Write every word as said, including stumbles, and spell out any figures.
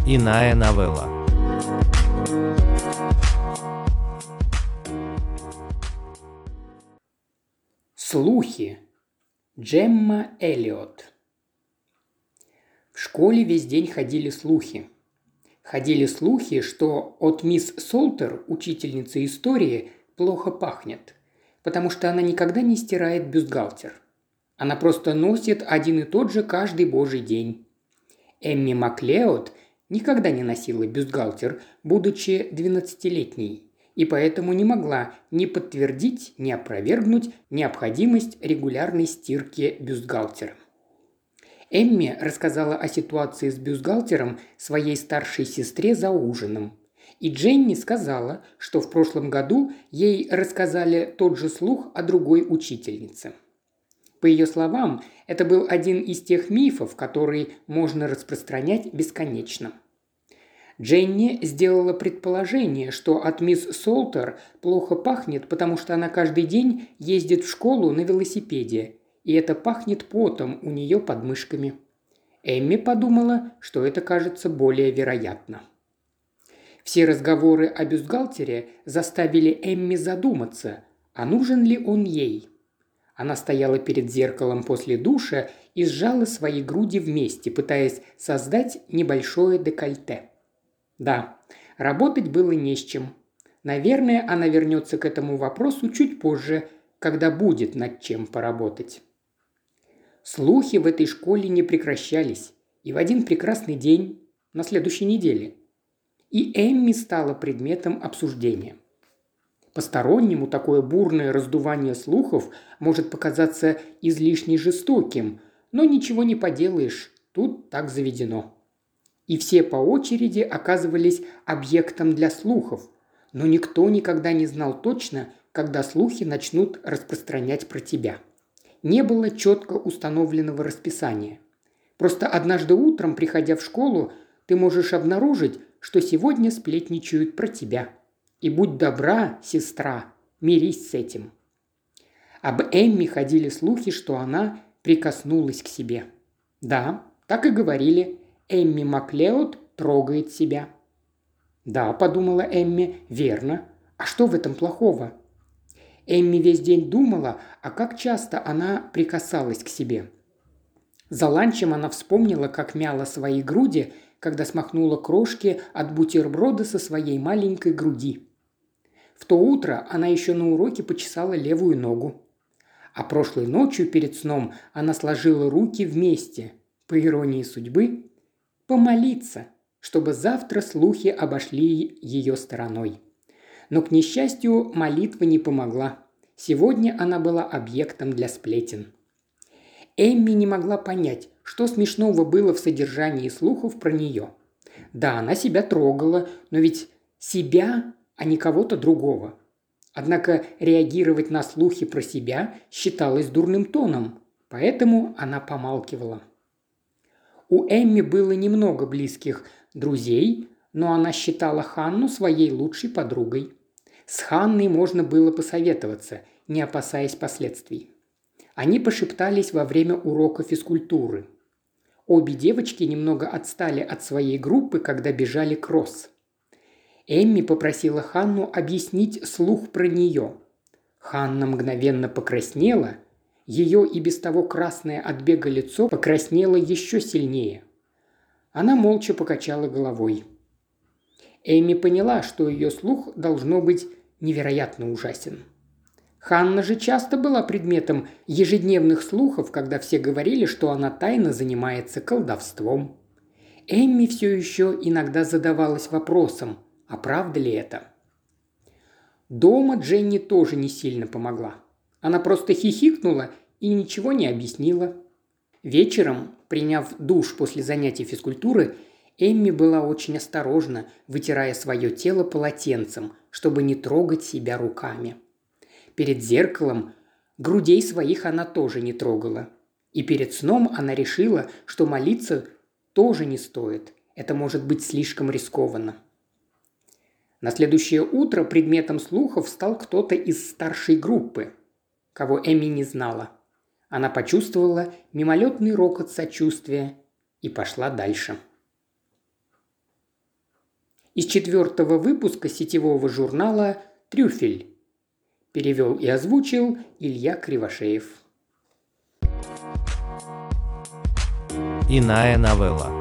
Иная новелла. Слухи. Джемма Эллиот. В школе весь день ходили слухи. Ходили слухи, что от мисс Солтер, учительницы истории, плохо пахнет, потому что она никогда не стирает бюстгальтер. Она просто носит один и тот же каждый божий день. Эмми Маклеод никогда не носила бюстгальтер, будучи двенадцатилетней, и поэтому не могла ни подтвердить, ни опровергнуть необходимость регулярной стирки бюстгальтера. Эмми рассказала о ситуации с бюстгальтером своей старшей сестре за ужином. И Дженни сказала, что в прошлом году ей рассказали тот же слух о другой учительнице. По ее словам, это был один из тех мифов, который можно распространять бесконечно. Дженни сделала предположение, что от мисс Солтер плохо пахнет, потому что она каждый день ездит в школу на велосипеде, и это пахнет потом у нее под мышками. Эмми подумала, что это кажется более вероятно. Все разговоры о бюстгальтере заставили Эмми задуматься, а нужен ли он ей. Она стояла перед зеркалом после душа и сжала свои груди вместе, пытаясь создать небольшое декольте. Да, работать было не с чем. Наверное, она вернется к этому вопросу чуть позже, когда будет над чем поработать. Слухи в этой школе не прекращались, и в один прекрасный день, на следующей неделе, и Эмми стала предметом обсуждения. Постороннему такое бурное раздувание слухов может показаться излишне жестоким, но ничего не поделаешь, тут так заведено. И все по очереди оказывались объектом для слухов, но никто никогда не знал точно, когда слухи начнут распространять про тебя. Не было четко установленного расписания. Просто однажды утром, приходя в школу, ты можешь обнаружить, что сегодня сплетничают про тебя. И будь добра, сестра, мирись с этим. Об Эмми ходили слухи, что она прикоснулась к себе. Да, так и говорили. Эмми Маклеод трогает себя. Да, подумала Эмми, верно. А что в этом плохого? Эмми весь день думала, а как часто она прикасалась к себе. За ланчем она вспомнила, как мяла свои груди, когда смахнула крошки от бутерброда со своей маленькой груди. В то утро она еще на уроке почесала левую ногу. А прошлой ночью перед сном она сложила руки вместе, по иронии судьбы, помолиться, чтобы завтра слухи обошли ее стороной. Но, к несчастью, молитва не помогла. Сегодня она была объектом для сплетен. Эмми не могла понять, что смешного было в содержании слухов про нее. Да, она себя трогала, но ведь себя, а не кого-то другого. Однако реагировать на слухи про себя считалось дурным тоном, поэтому она помалкивала. У Эмми было немного близких друзей, но она считала Ханну своей лучшей подругой. С Ханной можно было посоветоваться, не опасаясь последствий. Они пошептались во время урока физкультуры. Обе девочки немного отстали от своей группы, когда бежали кросс. Эмми попросила Ханну объяснить слух про нее. Ханна мгновенно покраснела, ее и без того красное от бега лицо покраснело еще сильнее. Она молча покачала головой. Эмми поняла, что ее слух должно быть невероятно ужасен. Ханна же часто была предметом ежедневных слухов, когда все говорили, что она тайно занимается колдовством. Эмми все еще иногда задавалась вопросом, а правда ли это? Дома Дженни тоже не сильно помогла. Она просто хихикнула и ничего не объяснила. Вечером, приняв душ после занятий физкультуры, Эмми была очень осторожна, вытирая свое тело полотенцем, чтобы не трогать себя руками. Перед зеркалом грудей своих она тоже не трогала. И перед сном она решила, что молиться тоже не стоит. Это может быть слишком рискованно. На следующее утро предметом слухов стал кто-то из старшей группы, кого Эмми не знала. Она почувствовала мимолетный рокот сочувствия и пошла дальше. Из четвертого выпуска сетевого журнала «Трюфель». Перевел и озвучил Илья Кривошеев. Иная новелла.